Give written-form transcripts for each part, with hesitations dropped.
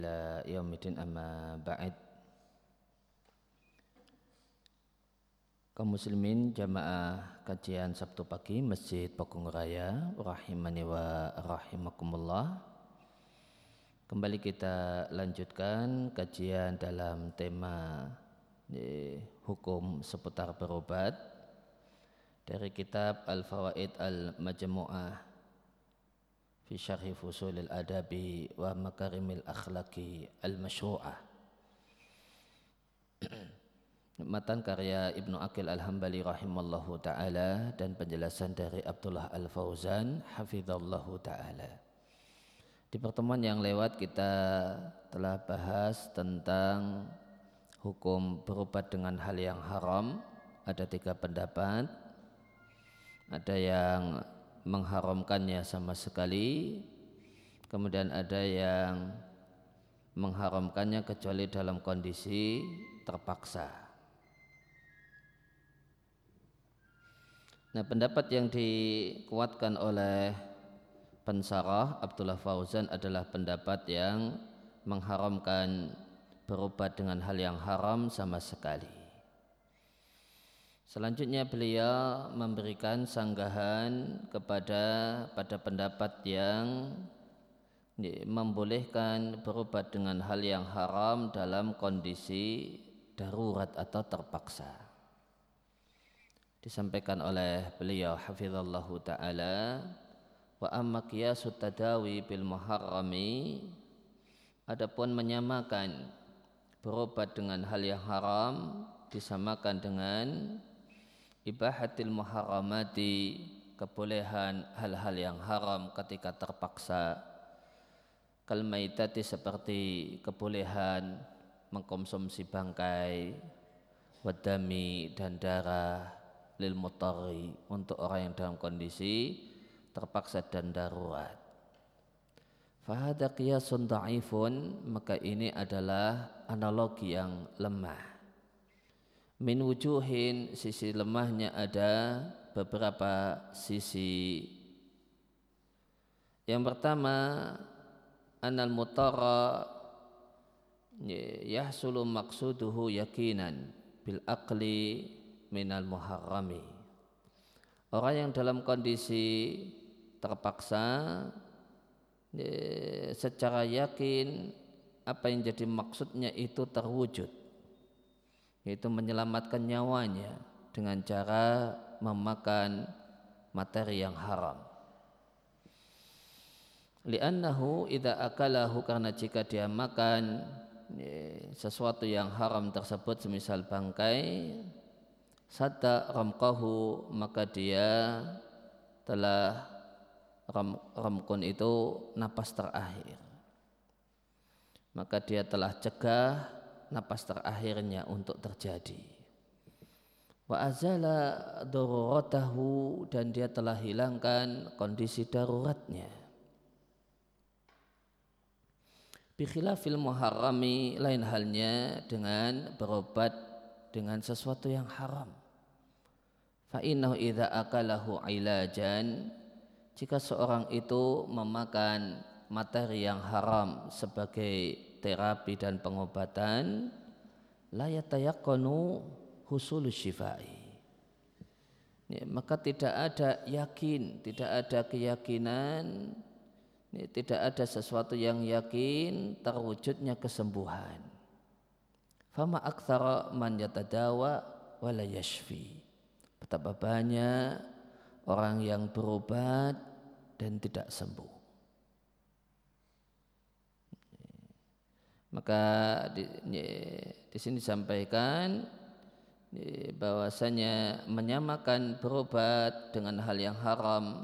ila yaumidin amma ba'id. Kaum muslimin jamaah kajian Sabtu pagi Masjid Pakung Raya rahimani wa rahimakumullah. Kembali kita lanjutkan kajian dalam tema hukum seputar berobat dari kitab Al-Fawaid Al-Majmu'ah fi syarhi fusulil adabi wa makarimil akhlaqi al-masyru'ah. Matan karya Ibnu Aqil Al-Hambali rahimallahu ta'ala dan penjelasan dari Abdullah Al-Fauzan hafizallahu ta'ala. Di pertemuan yang lewat kita telah bahas tentang hukum berobat dengan hal yang haram. Ada 3 pendapat. Ada yang mengharamkannya sama sekali, kemudian ada yang mengharamkannya kecuali dalam kondisi terpaksa. Nah, pendapat yang dikuatkan oleh pensarah Abdullah Fauzan adalah pendapat yang mengharamkan berobat dengan hal yang haram sama sekali. Selanjutnya beliau memberikan sanggahan pada pendapat yang membolehkan berobat dengan hal yang haram dalam kondisi darurat atau terpaksa. Disampaikan oleh beliau hafizallahu ta'ala, wa amma qiyasut tadawi bil muharrami, adapun menyamakan berobat dengan hal yang haram disamakan dengan ibahatil muharramati, kebolehan hal-hal yang haram ketika terpaksa, kal maitati, seperti kebolehan mengkonsumsi bangkai, wadami, dan darah, lil mutari, untuk orang yang dalam kondisi terpaksa dan darurat. Fahada qiyasun dha'ifun, maka ini adalah analogi yang lemah. Min wujuhin, sisi lemahnya ada beberapa sisi. Yang pertama, anal mutara yahsulu maqsuduhu yakinan bil aqli minal muharrami. Orang yang dalam kondisi terpaksa secara yakin apa yang jadi maksudnya itu terwujud, yaitu menyelamatkan nyawanya dengan cara memakan materi yang haram. Li'annahu idza akalahu, karena jika dia makan sesuatu yang haram tersebut, semisal bangkai, sadda ramqahu, maka dia telah ramqun itu napas terakhir, maka dia telah cegah napas terakhirnya untuk terjadi. Wa azala daruratahu, dan dia telah hilangkan kondisi daruratnya. Bi khilafil muharrami, lain halnya dengan berobat dengan sesuatu yang haram. Fa innahu idza akalahu ilajan, jika seorang itu memakan materi yang haram sebagai terapi dan pengobatan, la yatayaqqanu husulus syifai, maka tidak ada yakin, tidak ada keyakinan, tidak ada sesuatu yang yakin terwujudnya kesembuhan. Fama aktsara man yatadawa wa la yashfi, betapa banyak orang yang berobat dan tidak sembuh. Maka di sini disampaikan bahwasanya menyamakan berobat dengan hal yang haram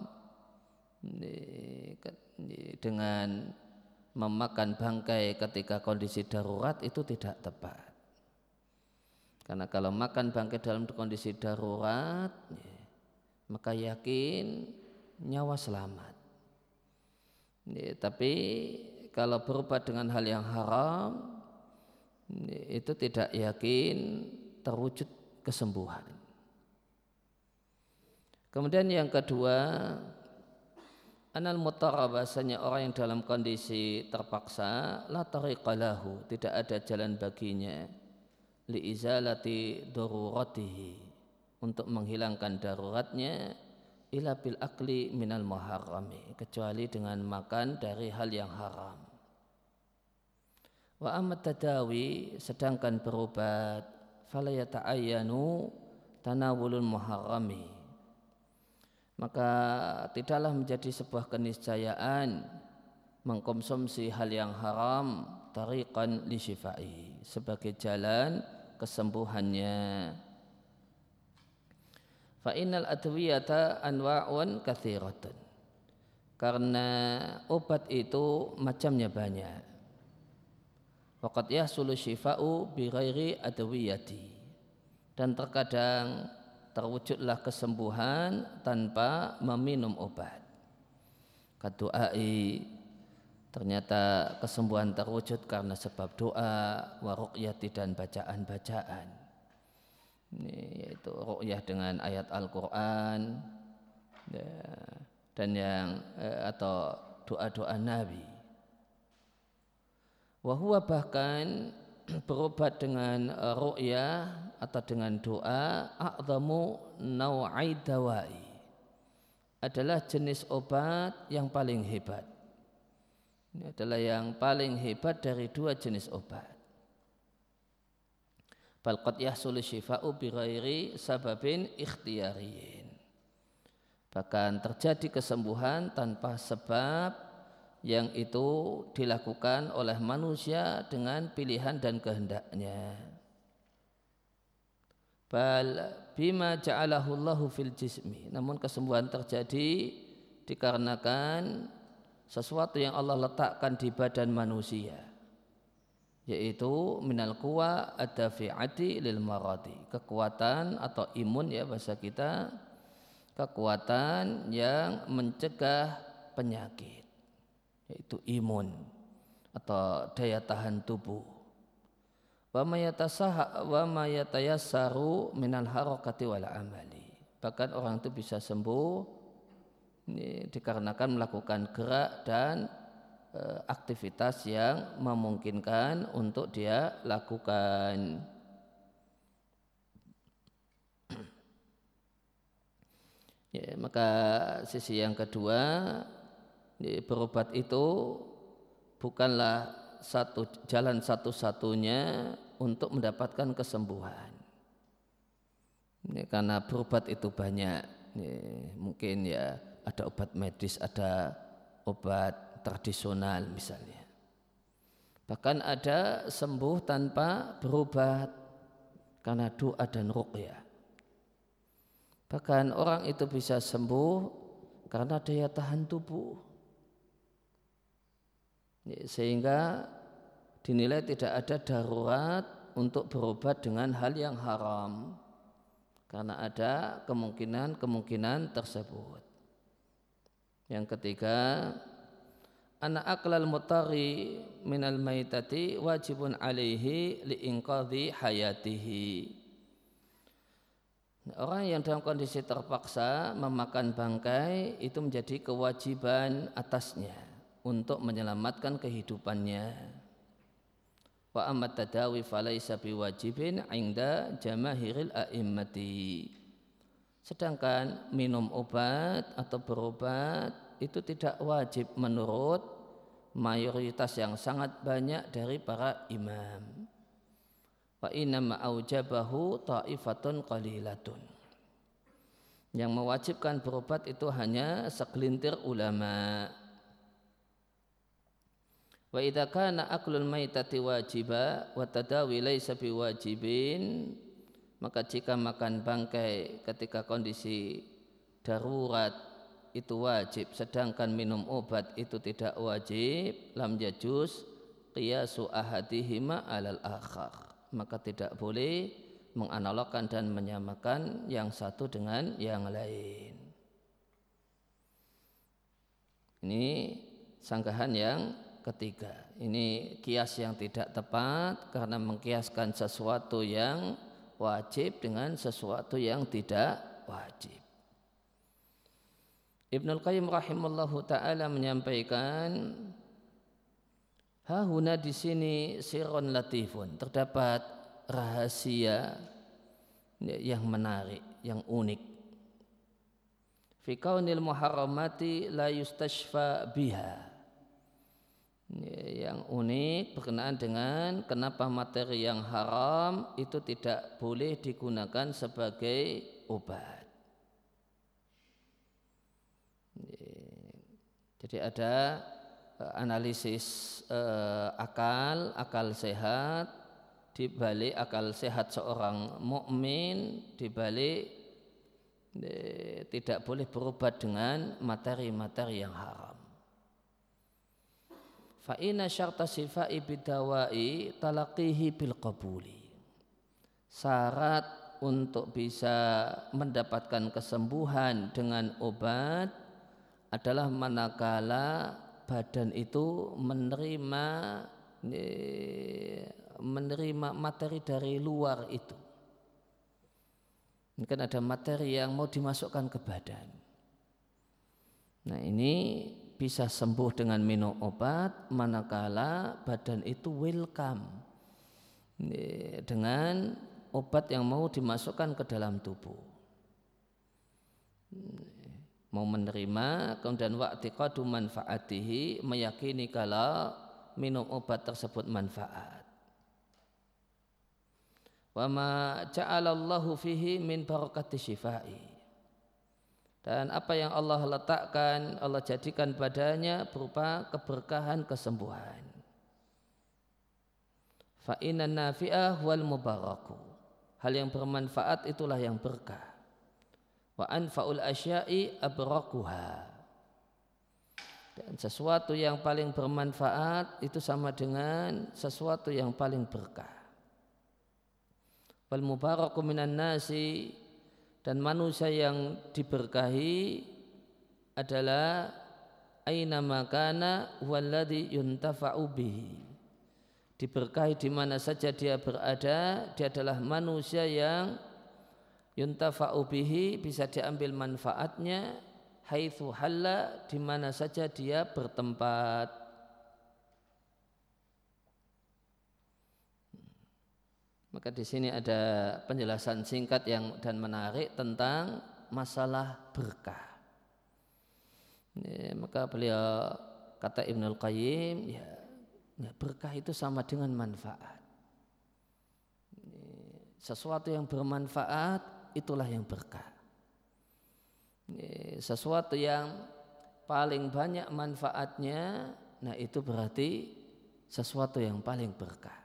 dengan memakan bangkai ketika kondisi darurat itu tidak tepat. Karena kalau makan bangkai dalam kondisi darurat, maka yakin nyawa selamat. Tapi kalau berobat dengan hal yang haram, itu tidak yakin terwujud kesembuhan. Kemudian yang kedua, Anal mutara, bahasanya orang yang dalam kondisi terpaksa, la tariqa lahu, tidak ada jalan baginya, li izalati daruratihi, untuk menghilangkan daruratnya, ila bil akli minal muharrami, kecuali dengan makan dari hal yang haram. Wa amma tadawi, sedangkan berobat, fala yata'ayyanu tanawulul muharrami, maka tidaklah menjadi sebuah keniscayaan mengkonsumsi hal yang haram tariqan li syifai, sebagai jalan kesembuhannya. Fa innal adwiyata anwa'un katsiratun, karena obat itu macamnya banyak. Waqad yahsulu syifa'u bi ghairi adwiyati, dan terkadang terwujudlah kesembuhan tanpa meminum obat. Kadu'ai, ternyata kesembuhan terwujud karena sebab doa, wa ruqyati, dan bacaan-bacaan. Ini yaitu ruqyah dengan ayat Al-Quran, ya, dan yang atau doa-doa Nabi. Wa huwa, bahkan berobat dengan ru'yah atau dengan doa, a'zamu naw'i dawai, adalah jenis obat yang paling hebat. Ini adalah yang paling hebat dari dua jenis obat. Bal qad yahsulu syifa'u bi ghairi sababin ikhtiyariyin, bahkan terjadi kesembuhan tanpa sebab yang itu dilakukan oleh manusia dengan pilihan dan kehendaknya. Bal bima ja'alahu Allahu fil jismi, namun kesembuhan terjadi dikarenakan sesuatu yang Allah letakkan di badan manusia, yaitu minal quwa ad-dafi'ati lil maradi, kekuatan atau imun, ya bahasa kita, kekuatan yang mencegah penyakit, yaitu imun atau daya tahan tubuh. Wa ma yatayassaru minal harakati wal amali, bahkan orang itu bisa sembuh ini dikarenakan melakukan gerak dan aktivitas yang memungkinkan untuk dia lakukan. Ya, maka sisi yang kedua, berobat itu bukanlah jalan satu-satunya untuk mendapatkan kesembuhan. Ini karena berobat itu banyak. Ini mungkin ya ada obat medis, ada obat tradisional misalnya. Bahkan ada sembuh tanpa berobat karena doa dan ruqyah. Bahkan orang itu bisa sembuh karena daya tahan tubuh, sehingga dinilai tidak ada darurat untuk berobat dengan hal yang haram karena ada kemungkinan tersebut. Yang ketiga, anna aqlal mutari minal maitati wajibun alaihi liinqadhi hayatihi. Orang yang dalam kondisi terpaksa memakan bangkai itu menjadi kewajiban atasnya untuk menyelamatkan kehidupannya. Wa amma tadawi falaysa biwajibin 'inda jamaahiril a'immati. Sedangkan minum obat atau berobat itu tidak wajib menurut mayoritas yang sangat banyak dari para imam. Wa inna ma aujabahu ta'ifatun qalilatun. Yang mewajibkan berobat itu hanya segelintir ulama. Wa idza kana aklul maitati wajiba wa tadawi laisa biwajibin, maka jika makan bangkai ketika kondisi darurat itu wajib, sedangkan minum obat itu tidak wajib, lam yajuz qiyasu ahadihima alal akhar, maka tidak boleh menganalogkan dan menyamakan yang satu dengan yang lain. Ini sanggahan yang ketiga. Ini kias yang tidak tepat karena mengkiaskan sesuatu yang wajib dengan sesuatu yang tidak wajib. Ibnul Qayyim rahimallahu taala menyampaikan, hahuna di sini sirrun latifun, terdapat rahasia yang menarik, yang unik. Fi kaunil muharramati la yustashfa biha. Yang unik berkenaan dengan kenapa materi yang haram itu tidak boleh digunakan sebagai obat. Jadi ada analisis akal sehat, di balik akal sehat seorang mukmin, di balik tidak boleh berobat dengan materi-materi yang haram. Fa inna syarta sifai bidawai talaqihi bil qabuli. Syarat untuk bisa mendapatkan kesembuhan dengan obat adalah manakala badan itu menerima materi dari luar itu. Mungkin ada materi yang mau dimasukkan ke badan. Nah, ini bisa sembuh dengan minum obat manakala badan itu welcome dengan obat yang mau dimasukkan ke dalam tubuh. Mau menerima, kemudian wa'tiqadu manfaatihi, meyakini kalau minum obat tersebut manfaat. Wa ma ja'alallahu fihi min barakati syifai. Dan apa yang Allah letakkan, Allah jadikan padanya berupa keberkahan kesembuhan. Fa inna nafi'ah wal mubaraku. Hal yang bermanfaat itulah yang berkah. Wa anfa'ul asya'i abrakuha. Dan sesuatu yang paling bermanfaat itu sama dengan sesuatu yang paling berkah. Wal mubaraku minan nasi, dan manusia yang diberkahi adalah aina makana walladhi yuntafa'u bihi. Diberkahi di mana saja dia berada, dia adalah manusia yang yuntafa'u bihi, bisa diambil manfaatnya, haitsu halla, di mana saja dia bertempat. Maka di sini ada penjelasan singkat dan menarik tentang masalah berkah. Maka beliau kata Ibnul Qayyim, berkah itu sama dengan manfaat. Sesuatu yang bermanfaat itulah yang berkah. Sesuatu yang paling banyak manfaatnya, nah itu berarti sesuatu yang paling berkah.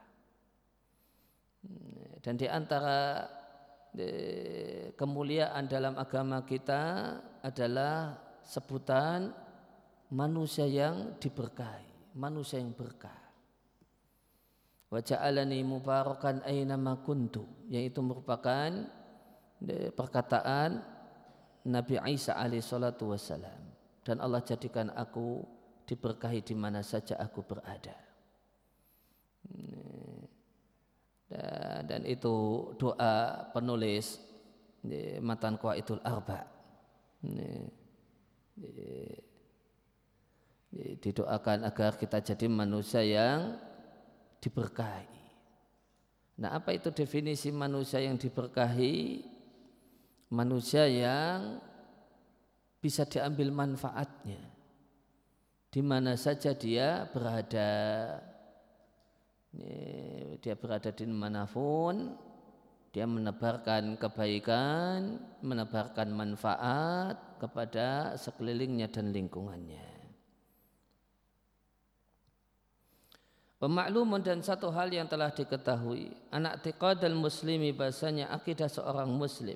Dan di antara kemuliaan dalam agama kita adalah sebutan manusia yang diberkahi, manusia yang berkah. Wa ja'alani mubarakan aina ma kuntu, yaitu merupakan perkataan Nabi Isa alaihi salatu wassalam, dan Allah jadikan aku diberkahi di mana saja aku berada. Dan itu doa penulis Matan Qawaidul Arba. Didoakan agar kita jadi manusia yang diberkahi. Nah, apa itu definisi manusia yang diberkahi? Manusia yang bisa diambil manfaatnya di mana saja dia berada. Dia berada di manapun, dia menebarkan kebaikan, menebarkan manfaat kepada sekelilingnya dan lingkungannya. Pemakluman, dan satu hal yang telah diketahui, anak i'tiqadul muslimi, bahasanya akidah seorang muslim,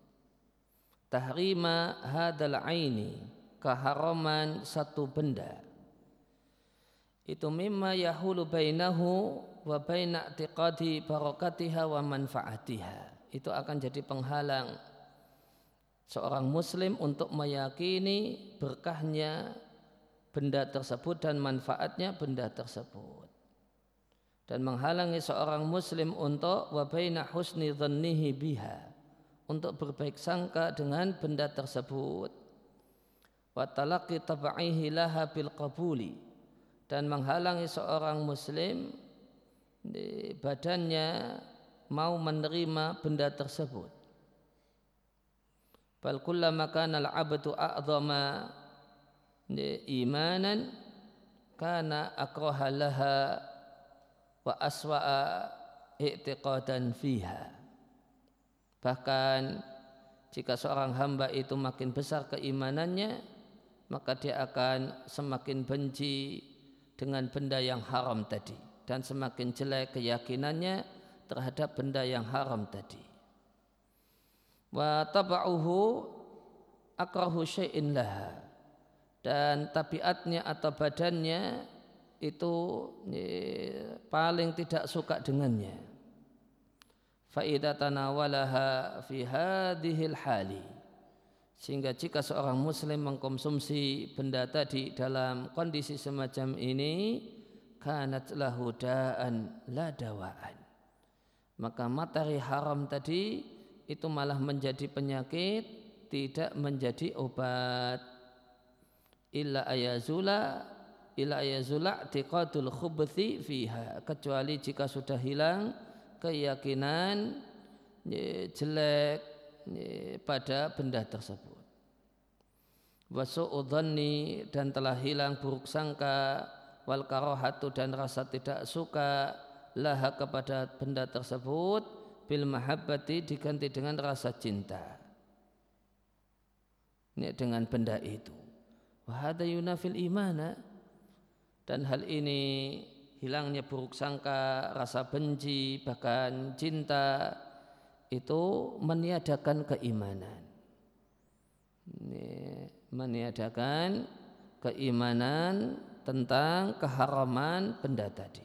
tahrima hadal aini, keharaman satu benda, itu mimma yahulu bainahu wa baina i'tiqadi barakatiha wa manfaatiha. Itu akan jadi penghalang seorang muslim untuk meyakini berkahnya benda tersebut dan manfaatnya benda tersebut, dan menghalangi seorang muslim untuk wa baina husni dhannihi biha, untuk berbaik sangka dengan benda tersebut, wa talaqi tab'ihi laha bil qabuli, dan menghalangi seorang muslim di badannya mau menerima benda tersebut. Bal kullama kana al-'abdu a'dhama imanan kana akraha laha wa aswa'a i'tiqadan fiha. Bahkan jika seorang hamba itu makin besar keimanannya, maka dia akan semakin benci dengan benda yang haram tadi, dan semakin jelek keyakinannya terhadap benda yang haram tadi. Wa taba'uhu akrahu syai'in laha, dan tabiatnya atau badannya itu paling tidak suka dengannya. Fa idza tanawalaha fi hadhil hali, sehingga jika seorang muslim mengkonsumsi benda tadi dalam kondisi semacam ini, kanat lahu da'an la dawa'an, maka materi haram tadi itu malah menjadi penyakit, tidak menjadi obat. Illa ayazula i'tiqadul khubuthi fiha, kecuali jika sudah hilang keyakinan jelek pada benda tersebut. Wa su'udhanni, dan telah hilang buruk sangka, wal karahatu, dan rasa tidak suka, laha, kepada benda tersebut, bil mahabbati, diganti dengan rasa cinta dengan benda itu. Wa hadza yunafil imana, dan hal ini, hilangnya buruk sangka, rasa benci, bahkan cinta, itu meniadakan keimanan. Meniadakan keimanan tentang keharaman benda tadi.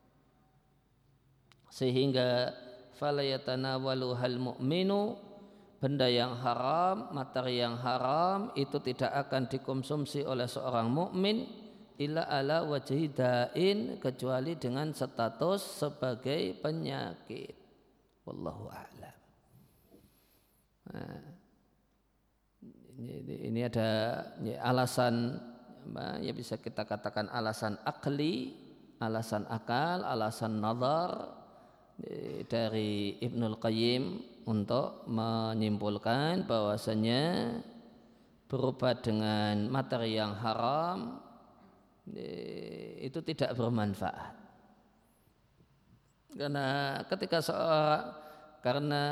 Sehingga fala yatanawalu hal mu'minu, benda yang haram, materi yang haram itu tidak akan dikonsumsi oleh seorang mukmin illa ala wajhi da'in, kecuali dengan status sebagai penyakit. Wallahu a'lam. Nah, ini ada alasan, ya bisa kita katakan alasan akli, alasan akal, alasan nazar dari Ibnul Qayyim untuk menyimpulkan bahwasanya berobat dengan materi yang haram itu tidak bermanfaat. Karena ketika karena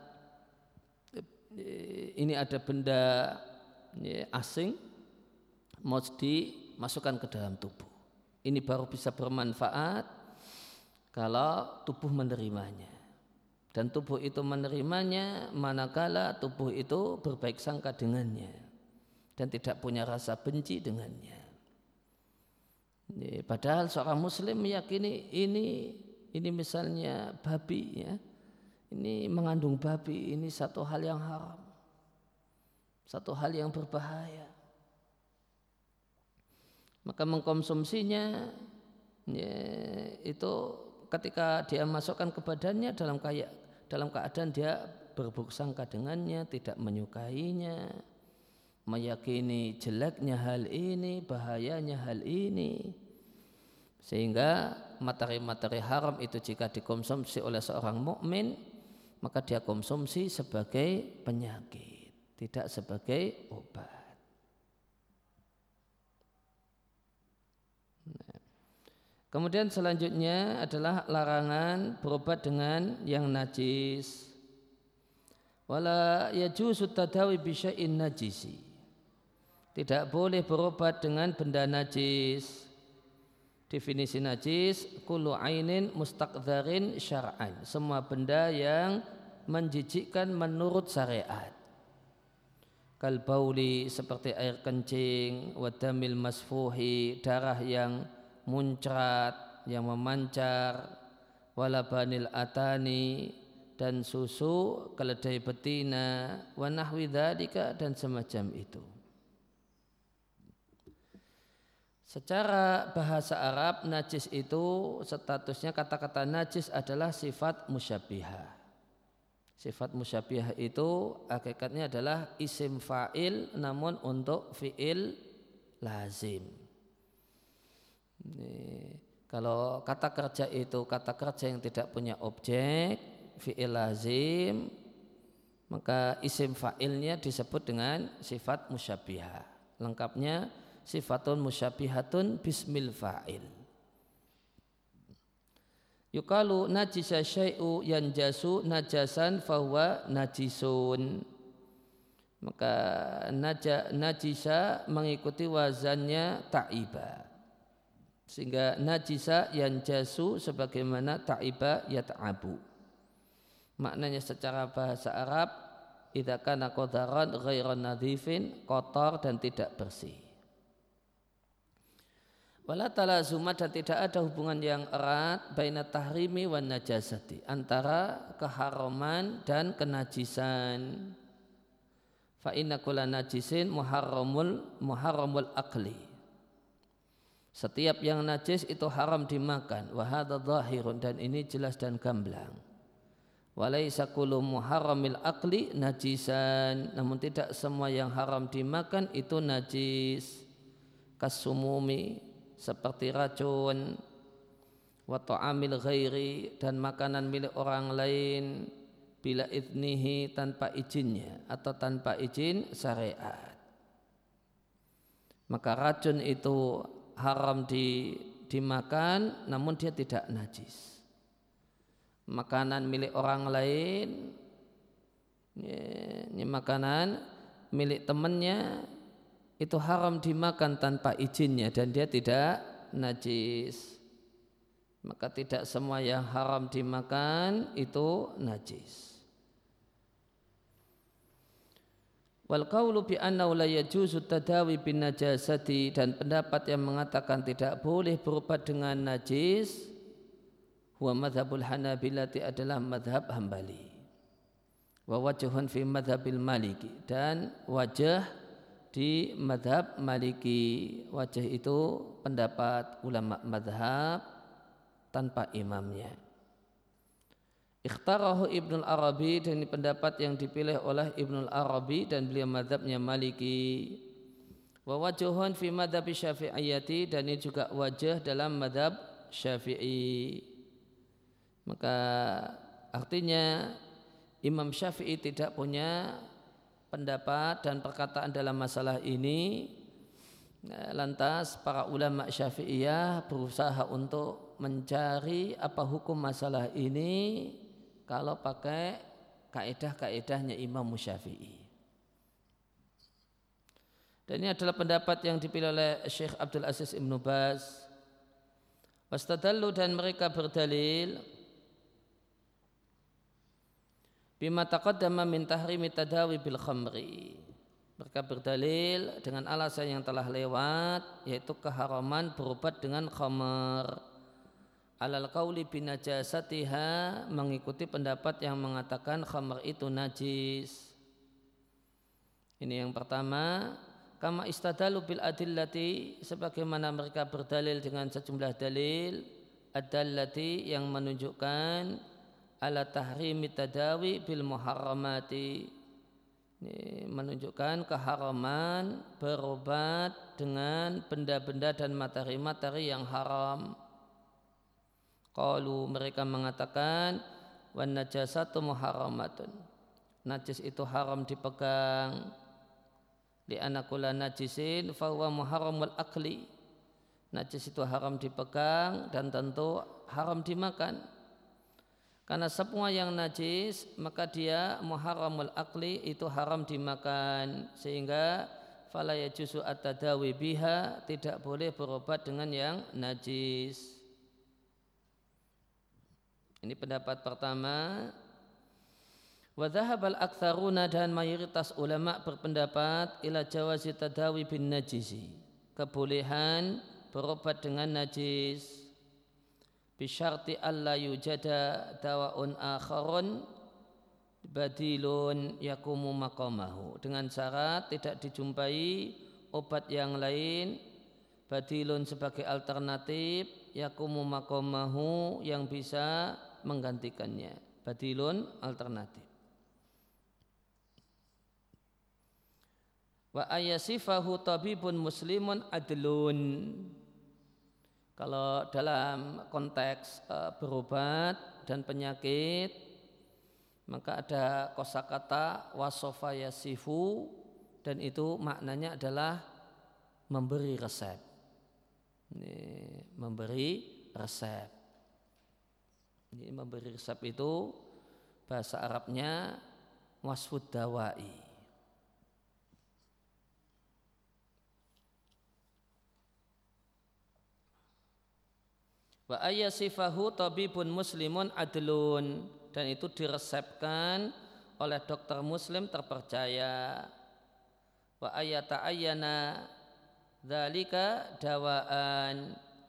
ini ada benda asing mau dimasukkan ke dalam tubuh, ini baru bisa bermanfaat kalau tubuh menerimanya, dan tubuh itu menerimanya manakala tubuh itu berbaik sangka dengannya dan tidak punya rasa benci dengannya. Padahal seorang muslim meyakini ini misalnya babi, ya, ini mengandung babi, ini satu hal yang haram, satu hal yang berbahaya, maka mengkonsumsinya ya, itu ketika dia masukkan ke badannya dalam keadaan dia berburuk sangka dengannya, tidak menyukainya, meyakini jeleknya hal ini, bahayanya hal ini, sehingga materi-materi haram itu jika dikonsumsi oleh seorang mukmin, maka dia konsumsi sebagai penyakit, tidak sebagai obat. Kemudian selanjutnya adalah larangan berobat dengan yang najis. Wala yajuzu tadawi bi syai'in najisi. Tidak boleh berobat dengan benda najis. Definisi najis, kullu ainin mustaqdharin syar'an, semua benda yang menjijikkan menurut syariat. Kal bauli, seperti air kencing, wadamil masfuhi, darah yang muncrat, yang memancar, walabanil atani, dan susu keledai betina, wa nahwi dzalika, dan semacam itu. Secara bahasa Arab, najis itu statusnya, kata-kata najis adalah sifat musyabbihah. Sifat musyabihah itu hakikatnya adalah isim fa'il namun untuk fi'il lazim. Kalau kata kerja itu kata kerja yang tidak punya objek, fi'il lazim, maka isim fa'ilnya disebut dengan sifat musyabihah. Lengkapnya sifatun musyabihatun bismil fa'il. Yukalu najisa syai'u yanjasu najasan fahuwa najisun. Maka najisa mengikuti wazannya ta'iba. Sehingga najisa yanjasu sebagaimana ta'iba yata'abu. Maknanya secara bahasa Arab, idza kana qadaran ghairan nadhifin, kotor dan tidak bersih. Wala talazuma, dan tidak ada hubungan yang erat baina tahrimi wan najasati, antara keharaman dan kenajisan. Fa inna kulla najisin muharramul akli. Setiap yang najis itu haram dimakan. Wa hadza dhahirun, dan ini jelas dan gamblang. Walaysa kullu muharramil akli najisan, namun tidak semua yang haram dimakan itu najis. Kasumumi, seperti racun, wa ta'amil ghairi, dan makanan milik orang lain, bila idnihi, tanpa izinnya atau tanpa izin syariat. Maka racun itu haram dimakan namun dia tidak najis. Makanan milik orang lain, ini makanan milik temannya, itu haram dimakan tanpa izinnya dan dia tidak najis. Maka tidak semua yang haram dimakan itu najis. Wal qaulu bi annahu la yajuzu tadawi bin najasati, dan pendapat yang mengatakan tidak boleh berobat dengan najis, huwa madhabul Hanabilati, adalah madhab Hambali. Wa wajhun fi madhabil Maliki, dan wajah di madhab Maliki. Wajah itu pendapat ulama madhab tanpa imamnya. Ikhtarahu Ibnul Arabi, dan ini pendapat yang dipilih oleh Ibnul Arabi dan beliau madhabnya Maliki. Wa wajhun fi madhab Syafi'iyati, dan ini juga wajah dalam madhab Syafi'i. Maka artinya Imam Syafi'i tidak punya pendapat dan perkataan dalam masalah ini. Lantas para ulama Syafi'iyah berusaha untuk mencari apa hukum masalah ini kalau pakai kaidah-kaidahnya Imam Syafi'i. Dan ini adalah pendapat yang dipilih oleh Syekh Abdul Aziz Ibn Baz. Wastadallu, dan mereka berdalil bima taqaddama min tahrimi tadawi bil khamri. Mereka berdalil dengan alasan yang telah lewat, yaitu keharaman berobat dengan khamar. Alal qauli bin najasatiha, mengikuti pendapat yang mengatakan khamar itu najis. Ini yang pertama. Kama istadalu bil adillati, sebagaimana mereka berdalil dengan sejumlah dalil adallati yang menunjukkan ala tahrimi tadawi bil muharramati, ini menunjukkan keharaman berobat dengan benda-benda dan materi-materi yang haram. Qalu, mereka mengatakan, wan najasatu muharramatun, najis itu haram dipegang. Li'anna kulla najisin fahuwa muharramul akli, najis itu haram dipegang dan tentu haram dimakan. Karena semua yang najis maka dia muharramul akli, itu haram dimakan, sehingga fala yajuzu at-tadawi biha, tidak boleh berobat dengan yang najis. Ini pendapat pertama. Wa dhahabal aktsaruna, dan mayoritas ulama berpendapat ila jawazi tadawi bin najisi, kebolehan berobat dengan najis. Bisyarti alla yujada dawaun akharun badilun yakumu maqamahu, dengan syarat tidak dijumpai obat yang lain, badilun sebagai alternatif, yakumu maqamahu yang bisa menggantikannya. Badilun alternatif. Wa ayasifahu tabibun muslimun adlun. Kalau dalam konteks berobat dan penyakit, maka ada kosakata wasofa yasifu, dan itu maknanya adalah memberi resep. Ini, memberi resep. Ini memberi resep itu bahasa Arabnya wasfud dawai. Wa ayasifahu tabibun muslimun adlun, dan itu diresepkan oleh dokter muslim terpercaya. Wa ayata'ayyana dzalika dawaan,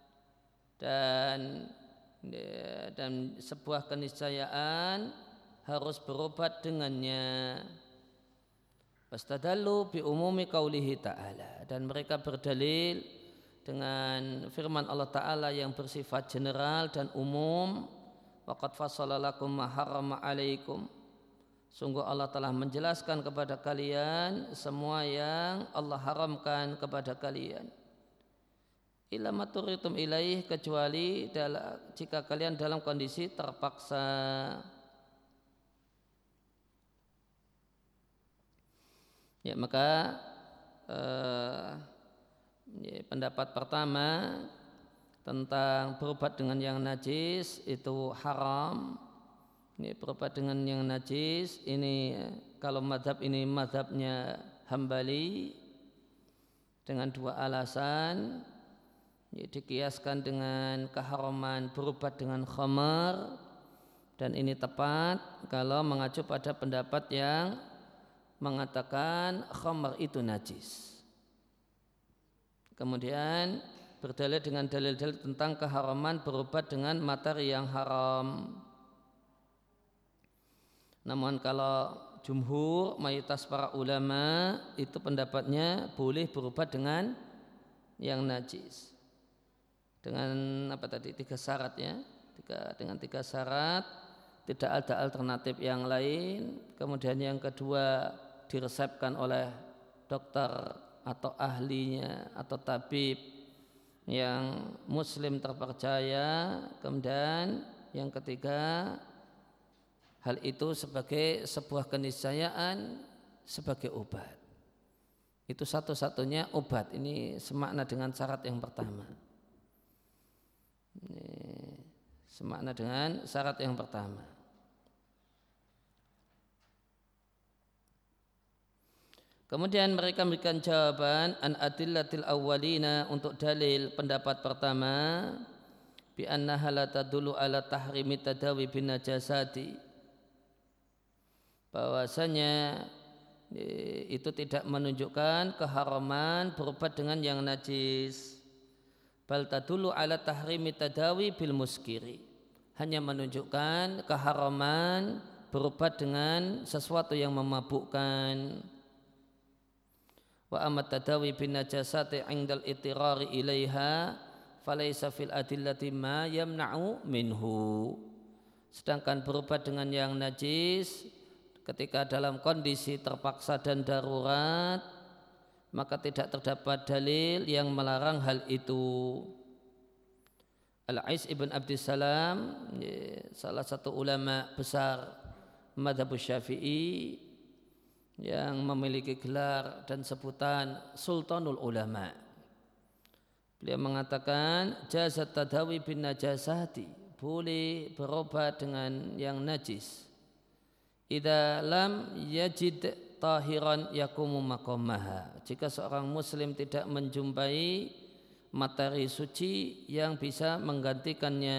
dan sebuah keniscayaan harus berobat dengannya. Wastadallu bi umumi qaulihi ta'ala, dan mereka berdalil dengan firman Allah Ta'ala yang bersifat general dan umum. Waqad fassala lakum ma harrama alaikum, sungguh Allah telah menjelaskan kepada kalian semua yang Allah haramkan kepada kalian. Illa maturitum ilaih, kecuali jika kalian dalam kondisi terpaksa. Ya, maka pendapat pertama tentang berobat dengan yang najis itu haram. Ini berobat dengan yang najis ini, kalau madhab ini madhabnya Hambali, dengan dua alasan. Dikiaskan dengan keharaman berobat dengan khamar, dan ini tepat kalau mengacu pada pendapat yang mengatakan khamar itu najis. Kemudian berdalil dengan dalil-dalil tentang keharaman berobat dengan materi yang haram. Namun kalau jumhur, mayoritas para ulama itu pendapatnya boleh berobat dengan yang najis. Dengan apa tadi? 3 syarat ya. Dengan 3 syarat, tidak ada alternatif yang lain. Kemudian yang kedua diresepkan oleh dokter atau ahlinya atau tabib yang muslim terpercaya. Kemudian yang ketiga, hal itu sebagai sebuah keniscayaan, sebagai obat. Itu satu-satunya obat. Ini semakna dengan syarat yang pertama. Ini semakna dengan syarat yang pertama. Kemudian mereka memberikan jawaban an adillatil awwalina, untuk dalil pendapat pertama, bi annaha la tadullu ala tahrimi tadawi bin najasati, bahwasanya itu tidak menunjukkan keharaman berobat dengan yang najis. Bal tadullu ala tahrimi tadawi bil muskiri, hanya menunjukkan keharaman berobat dengan sesuatu yang memabukkan. Wa amat tadawi bin najasati 'indal ittirari ilaiha falaysa fil adillati ma yamna'u minhu. Sedangkan berobat dengan yang najis ketika dalam kondisi terpaksa dan darurat, maka tidak terdapat dalil yang melarang hal itu. Al-Ais ibn Abdissalam, salah satu ulama besar madhab Syafi'i yang memiliki gelar dan sebutan Sultanul Ulama, beliau mengatakan jazat tadawi bin najasati, boleh berobat dengan yang najis idza lam yajid tahiran yakumu maqamaha, jika seorang muslim tidak menjumpai materi suci yang bisa menggantikannya.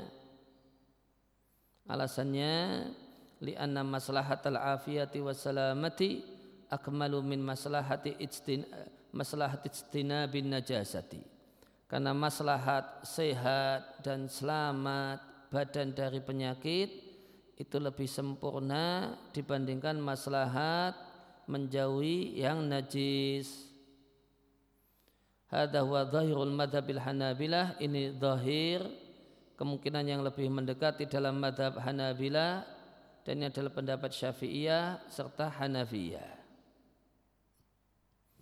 Alasannya li'anna maslahatal afiyati wassalamati akmalu min maslahati ijtinabin najasati, karena maslahat sehat dan selamat badan dari penyakit itu lebih sempurna dibandingkan maslahat menjauhi yang najis. Hadza huwa dhahirul madhabil Hanabilah, ini zahir kemungkinan yang lebih mendekati dalam madhab Hanabilah, dan ini adalah pendapat Syafi'iyah serta Hanafiyah.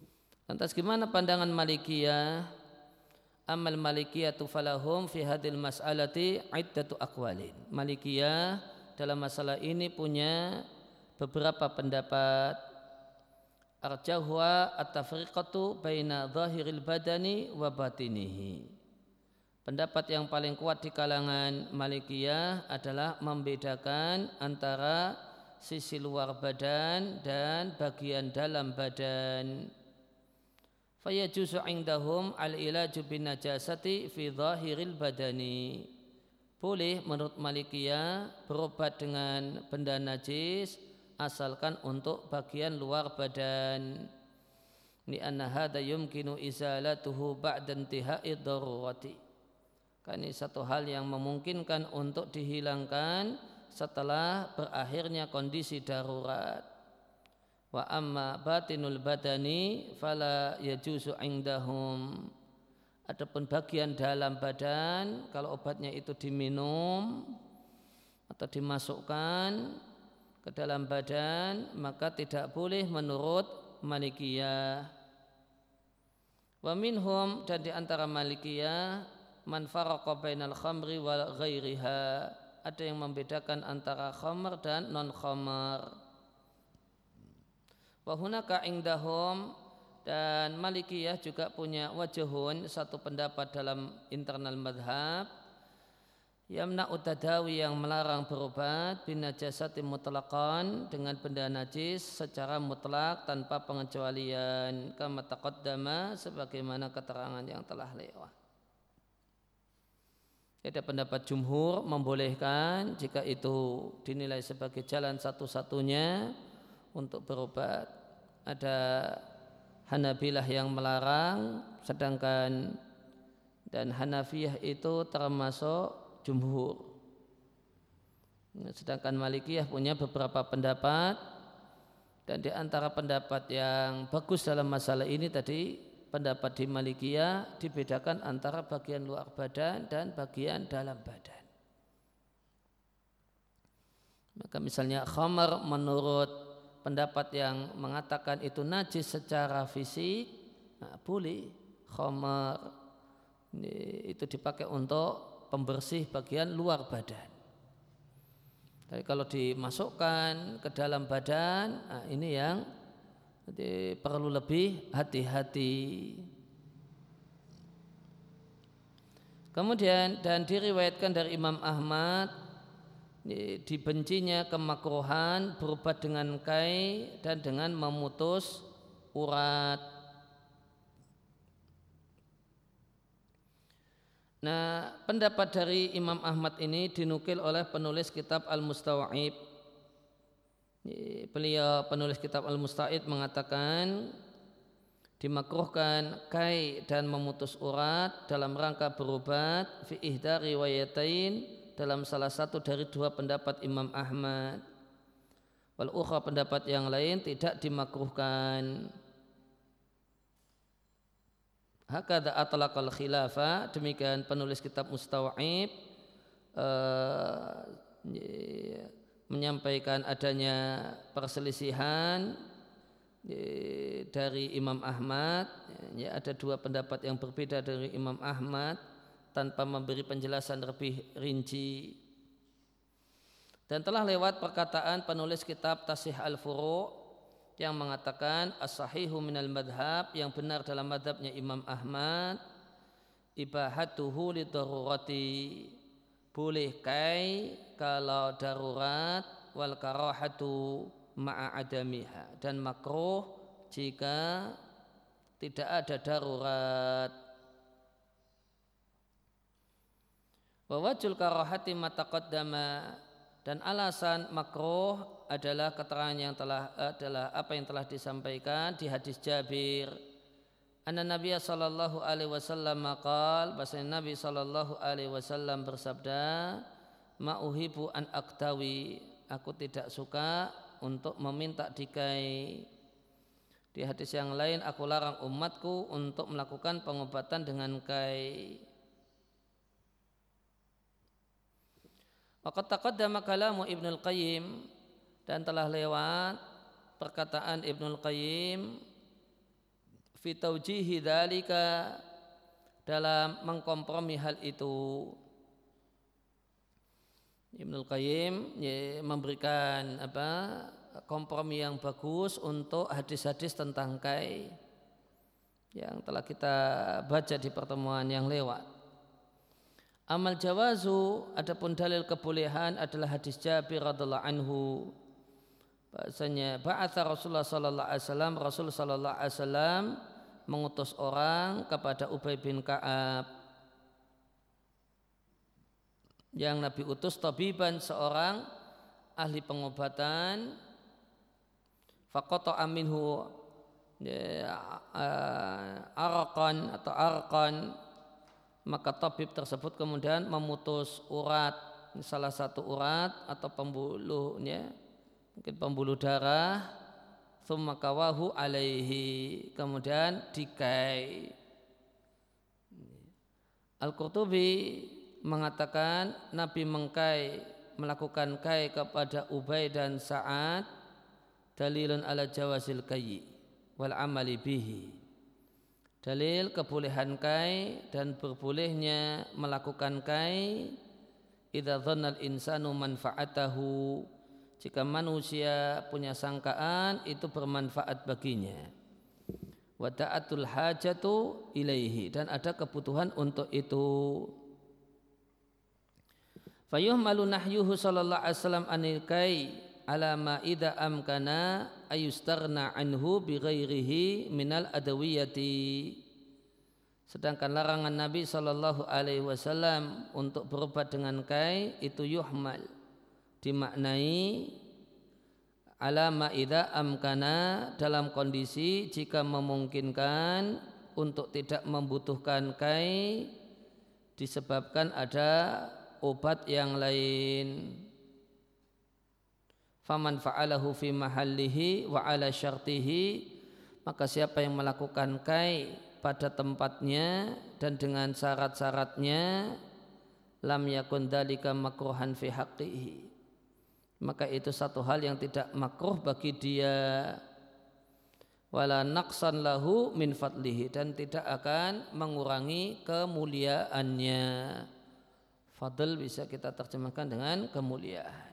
Lantas gimana pandangan Malikiyah? Amal Malikiyatu falahum fi hadil mas'alati iddatu aqwalin. Malikiyah dalam masalah ini punya beberapa pendapat. Arjahuha at-tafriqatu baina zahiril badani wa batinihi. Pendapat yang paling kuat di kalangan Malikiyah adalah membedakan antara sisi luar badan dan bagian dalam badan. Fayajuzu indahum al-ilaju bin najasati fi zahiril badani. Boleh menurut Malikiyah berobat dengan benda najis asalkan untuk bagian luar badan. Li'anna hadha yumkinu izalatuhu ba'da intihai darurati. Karena ini satu hal yang memungkinkan untuk dihilangkan setelah berakhirnya kondisi darurat. Wa amma batinul badani fala yajuzu indahum. Adapun bagian dalam badan, kalau obatnya itu diminum atau dimasukkan ke dalam badan, maka tidak boleh menurut Malikiyah. Wa minhum, dan di antara Malikiyah, man faraqa bainal khamri wa ghairiha. Ada yang membedakan antara khamr dan non khamr. Wa hunaka indahum, dan Malikiyah juga punya wajhun, satu pendapat dalam internal madhab, yamna'u tadawi, yang melarang berobat bin najasati mutlaqan, dengan benda najis secara mutlak tanpa pengecualian, kama taqaddama, sebagaimana keterangan yang telah lewat. Ada pendapat jumhur membolehkan jika itu dinilai sebagai jalan satu-satunya untuk berobat. Ada Hanabilah yang melarang, sedangkan dan Hanafiyah itu termasuk jumhur. Sedangkan Malikiyah punya beberapa pendapat, dan di antara pendapat yang bagus dalam masalah ini tadi, pendapat di Malikiyah dibedakan antara bagian luar badan dan bagian dalam badan. Maka misalnya khamar menurut pendapat yang mengatakan itu najis secara fisik, nah, boleh khamar itu dipakai untuk pembersih bagian luar badan. Tapi kalau dimasukkan ke dalam badan, nah, ini yang perlu lebih hati-hati. Kemudian dan diriwayatkan dari Imam Ahmad dibencinya kemakruhan berobat dengan kai dan dengan memutus urat. Nah, pendapat dari Imam Ahmad ini dinukil oleh penulis kitab Al-Mustaw'ib. Beliau penulis kitab Al-Musta'id mengatakan dimakruhkan kai dan memutus urat dalam rangka berobat fi ihda riwayatain, dalam salah satu dari dua pendapat Imam Ahmad. Wal ukhra, pendapat yang lain tidak dimakruhkan. Hakadha atlaqal khilafa, demikian penulis kitab Mustaw'ib menyampaikan adanya perselisihan dari Imam Ahmad. Ya, ada dua pendapat yang berbeda dari Imam Ahmad tanpa memberi penjelasan lebih rinci. Dan telah lewat perkataan penulis kitab Tasih Al-Furu' yang mengatakan as-sahihu minal madhab, yang benar dalam madhabnya Imam Ahmad, ibahatuhu lidarurati, boleh kai kalau darurat, wal karahatu ma'a adamiha, dan makruh jika tidak ada darurat. Wa wajhul karahati ma taqaddama, dan alasan makruh adalah keterangan yang adalah apa yang telah disampaikan di hadis Jabir. Anna Nabi sallallahu alaihi wasallam maqal, bahwasanya Nabi sallallahu alaihi wasallam bersabda, ma uhibu an aktawi, aku tidak suka untuk meminta dikai. Di hadis yang lain, aku larang umatku untuk melakukan pengobatan dengan kai. Waqad taqaddama kalamu Ibnul Qayyim, dan telah lewat perkataan Ibnul Qayyim fi taujihi dzalika, dalam mengkompromi hal itu. Ibnul Qayyim memberikan kompromi yang bagus untuk hadis-hadis tentang kai yang telah kita baca di pertemuan yang lewat. Amal jawazu, adapun dalil kebolehan adalah hadis Jabir radhiyallahu anhu, bahasanya ba'atha Rasulullah sallallahu alaihi wasallam, Rasul sallallahu alaihi wasallam mengutus orang kepada Ubay bin Ka'ab, yang Nabi utus tabiban, seorang ahli pengobatan, faqata'a minhu arqan atau arqan, maka tabib tersebut kemudian memutus urat, salah satu urat atau pembuluhnya, mungkin pembuluh darah, thumma kawahu alaihi, kemudian dikai. Al-Qurtubi mengatakan Nabi melakukan kai kepada Ubay dan Sa'ad dalilun ala jawazil kayyi wal amali bihi, dalil kebolehan kai dan berbolehnya melakukan kai idza dhannal insanu manfaatahu, jika manusia punya sangkaan itu bermanfaat baginya, wa da'atul hajatu ilaihi, dan ada kebutuhan untuk itu. Fayuhmalu nahyuhu sallallahu alaihi wasallam anil kai ala ma idza amkana ayustarna anhu bi ghairihi minal adawiyati, sedangkan larangan Nabi sallallahu alaihi wasallam untuk berobat dengan kai itu yuhmal, dimaknai ala ma idza amkana, dalam kondisi jika memungkinkan untuk tidak membutuhkan kai disebabkan ada obat yang lain. Faman fa'alahu fi mahallihi wa ala syartihi, maka siapa yang melakukan kai pada tempatnya dan dengan syarat-syaratnya, lam yakun dzalika makruhan fi haqqihi, maka itu satu hal yang tidak makruh bagi dia, wala naqsan lahu min fadlihi, dan tidak akan mengurangi kemuliaannya. Fadl bisa kita terjemahkan dengan kemuliaan.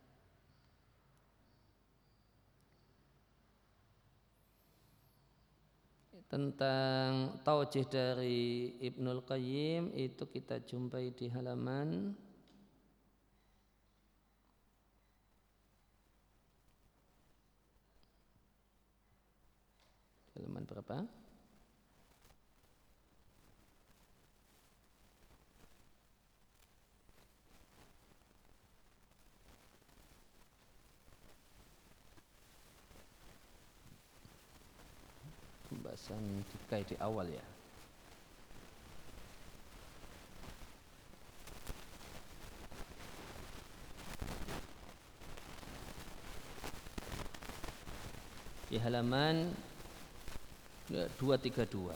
Tentang taujih dari Ibnul Qayyim itu kita jumpai di halaman berapa? Pembahasan dikai di awal ya. Di halaman 232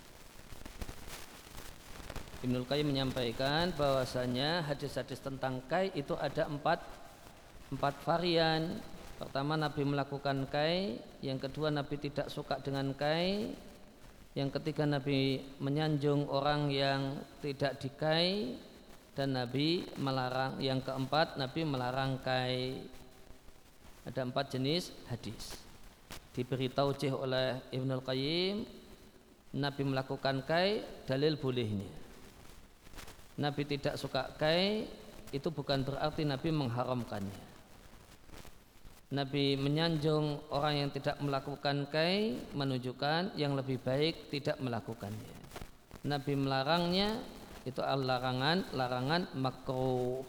Ibnul Qayyim menyampaikan bahwasanya hadis-hadis tentang kai itu ada empat varian. Pertama, Nabi melakukan kai. Yang kedua, Nabi tidak suka dengan kai. Yang ketiga, Nabi menyanjung orang yang tidak dikai, dan Nabi melarang. Yang keempat, Nabi melarang kai. Ada 4 jenis hadis. Diberi taujih oleh Ibnul Qayyim, Nabi melakukan kai, dalil bolehnya. Nabi tidak suka kai, itu bukan berarti Nabi mengharamkannya. Nabi menyanjung orang yang tidak melakukan kai, menunjukkan yang lebih baik tidak melakukannya. Nabi melarangnya, itu larangan makruh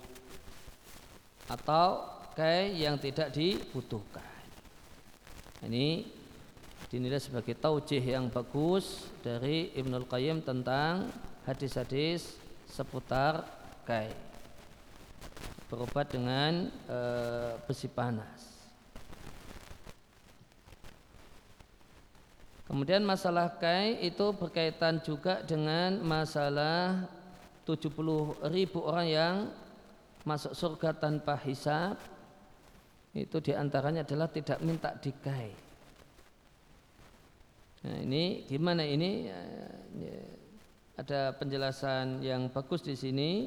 atau kai yang tidak dibutuhkan. Ini dinilai sebagai taujih yang bagus dari Ibnul Qayyim tentang hadis-hadis seputar kai, berobat dengan besi panas. Kemudian masalah kai itu berkaitan juga dengan masalah 70.000 orang yang masuk surga tanpa hisab. Itu diantaranya adalah tidak minta dikai. Nah, ini gimana ini? Ada penjelasan yang bagus di sini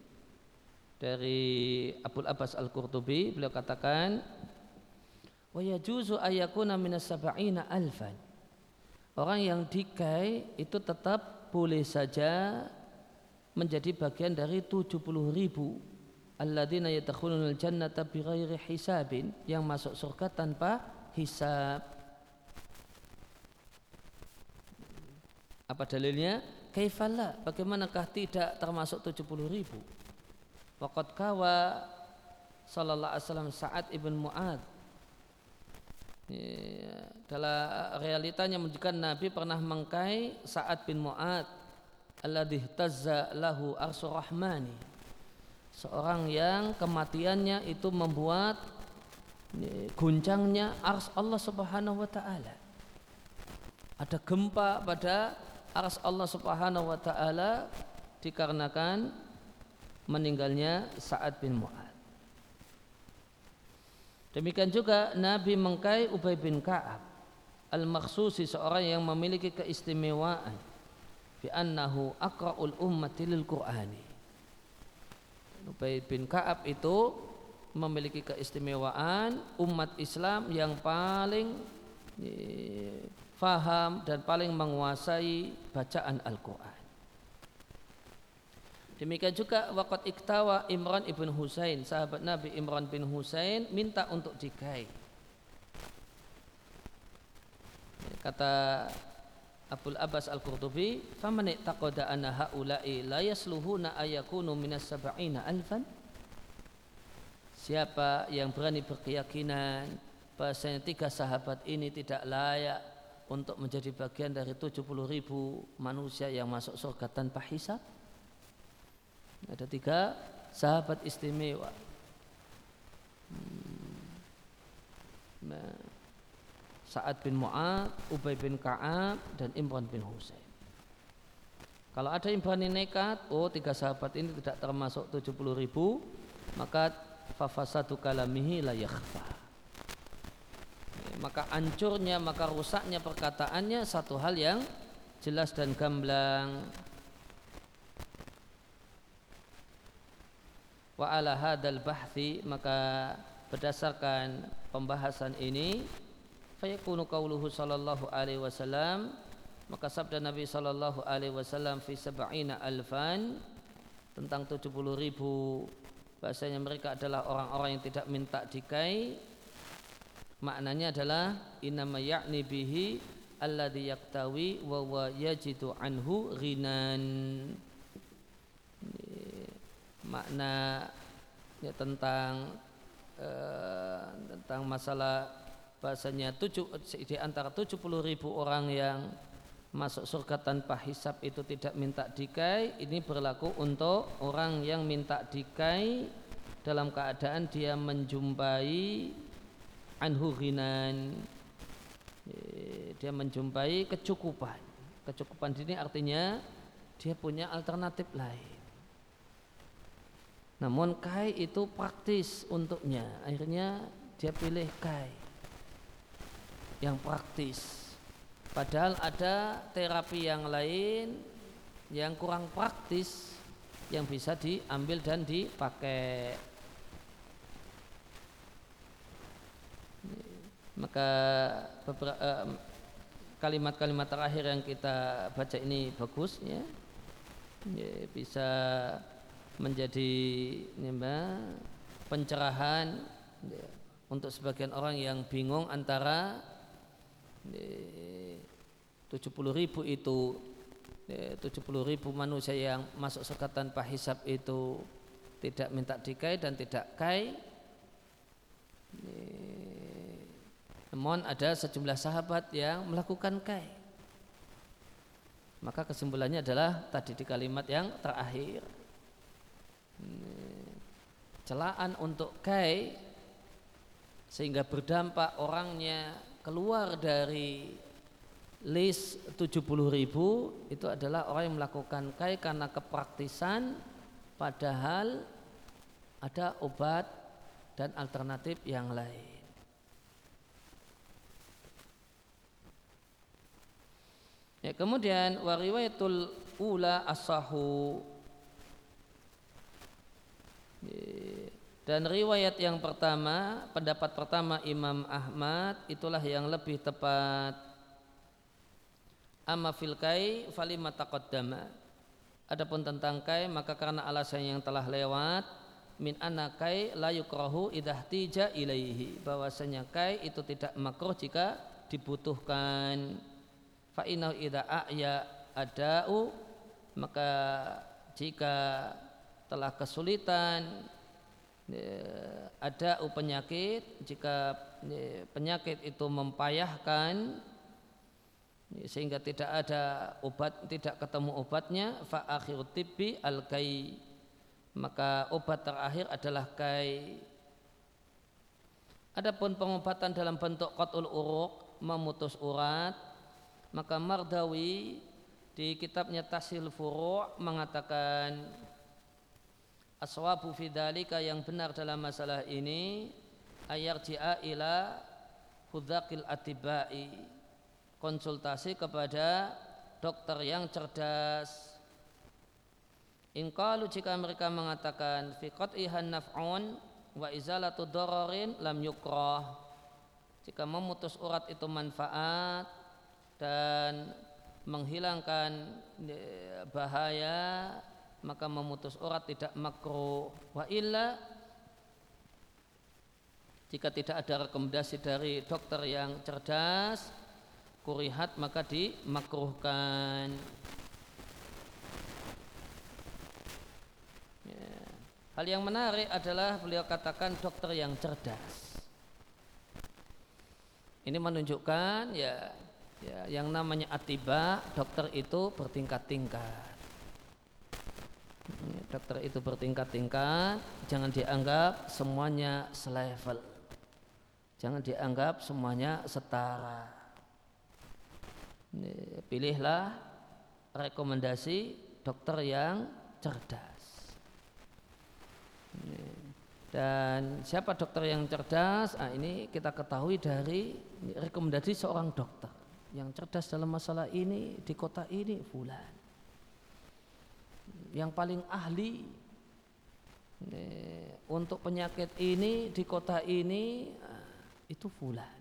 dari Abul Abbas Al-Qurtubi. Beliau katakan, wa yajuzu ayyakuna minas sab'ina alfan. Orang yang dikai itu tetap boleh saja menjadi bagian dari 70.000 alladzina yadkhulunal jannata bighairi hisabin, yang masuk surga tanpa hisab. Apa dalilnya? Kaifala, bagaimanakah tidak termasuk 70.000? Waqad kawa sallallahu alaihi wasallam Sa'ad ibn Mu'adz. Dalam realitanya menunjukkan Nabi pernah mengkai Sa'ad bin Mu'adz alladhi tazza lahu arsyur rahmani, seorang yang kematiannya itu membuat guncangnya ars Allah Subhanahu wa taala. Ada gempa pada ars Allah Subhanahu wa taala dikarenakan meninggalnya Sa'ad bin Mu'adz. Demikian juga Nabi mengkai Ubay bin Ka'ab al-Makhsusi, seorang yang memiliki keistimewaan bi annahu aqra'ul ummati lil Qur'ani. Ubay bin Ka'ab itu memiliki keistimewaan umat Islam yang paling faham dan paling menguasai bacaan Al-Quran. Demikian juga waqad iktawa Imran ibn Husain, sahabat Nabi Imran bin Husain minta untuk dikai. Kata Abul Abbas Al-Qurtubi, faman taqada anna haula'i la yasluhuna ayakunu minas sab'ina alfan. Siapa yang berani berkeyakinan bahasanya 3 sahabat ini tidak layak untuk menjadi bagian dari 70.000 manusia yang masuk surga tanpa hisab. Ada 3 sahabat istimewa. Sa'ad bin Mu'adz, Ubay bin Ka'ab, dan Imran bin Husain. Kalau ada yang berani nekat, 3 sahabat ini tidak termasuk 70.000, maka fafasadu kalamihi la yakhfa. Maka hancurnya, maka rusaknya perkataannya satu hal yang jelas dan gamblang. Wa ala hadzal bahthi, maka berdasarkan pembahasan ini, fayakunu qauluhu sallallahu alaihi wasallam, maka sabda Nabi sallallahu alaihi wasallam fi sab'ina alfan, tentang 70.000, bahasanya mereka adalah orang-orang yang tidak minta dikai. Maknanya adalah innama ya'ni bihi alladhi yaktawi wa wa yajidu anhu ghinan. Makna ya, tentang masalah bahasanya di antara 70.000 orang yang masuk surga tanpa hisab itu tidak minta dikai. Ini berlaku untuk orang yang minta dikai dalam keadaan dia menjumpai anhu ghinan, dia menjumpai kecukupan. Kecukupan ini artinya dia punya alternatif lain. Namun kai itu praktis untuknya, akhirnya dia pilih kai yang praktis. Padahal ada terapi yang lain yang kurang praktis yang bisa diambil dan dipakai. Maka kalimat-kalimat terakhir yang kita baca ini bagus ya, bisa menjadi pencerahan untuk sebagian orang yang bingung antara 70.000 itu 70.000 manusia yang masuk surga tanpa hisab itu tidak minta dikai dan tidak kai. Namun ada sejumlah sahabat yang melakukan kai. Maka kesimpulannya adalah tadi di kalimat yang terakhir, celaan untuk kai sehingga berdampak orangnya keluar dari list 70.000 itu adalah orang yang melakukan kai karena kepraktisan, padahal ada obat dan alternatif yang lain. Ya, kemudian wa riwayatul ula as-sahu. Dan riwayat yang pertama, pendapat pertama Imam Ahmad itulah yang lebih tepat. Amma fil kai falima taqaddama. Adapun tentang kai maka karena alasan yang telah lewat, min anna kai la yukrahu idza tija ilaihi, bahwasanya kai itu tidak makruh jika dibutuhkan. Fa innahu idza a'ya ada'u, maka jika telah kesulitan ada penyakit, jika penyakit itu mempayahkan sehingga tidak ada obat, tidak ketemu obatnya, fa akhirut tibbi al kai, maka obat terakhir adalah kai. Adapun pengobatan dalam bentuk qat'ul uruq, memutus urat, maka Mardawi di kitabnya Tashil Furu' mengatakan aswabu fi dzalika, yang benar dalam masalah ini, ayarji'a ila hudzaqil atibai, konsultasi kepada dokter yang cerdas. In qalu, jika mereka mengatakan fi qat'ihan naf'un wa izalatu dararin lam yukrah, jika memutus urat itu manfaat dan menghilangkan bahaya, maka memutus urat tidak makruh. Wa illa, jika tidak ada rekomendasi dari dokter yang cerdas, kurihat, maka dimakruhkan. Ya. Hal yang menarik adalah beliau katakan dokter yang cerdas. Ini menunjukkan ya yang namanya atiba, dokter itu bertingkat-tingkat. Dokter itu bertingkat-tingkat, jangan dianggap semuanya selevel, jangan dianggap semuanya setara. Pilihlah rekomendasi dokter yang cerdas. Dan siapa dokter yang cerdas? Ini kita ketahui dari rekomendasi seorang dokter yang cerdas dalam masalah ini di kota ini, fulan. Yang paling ahli untuk penyakit ini di kota ini itu fulan.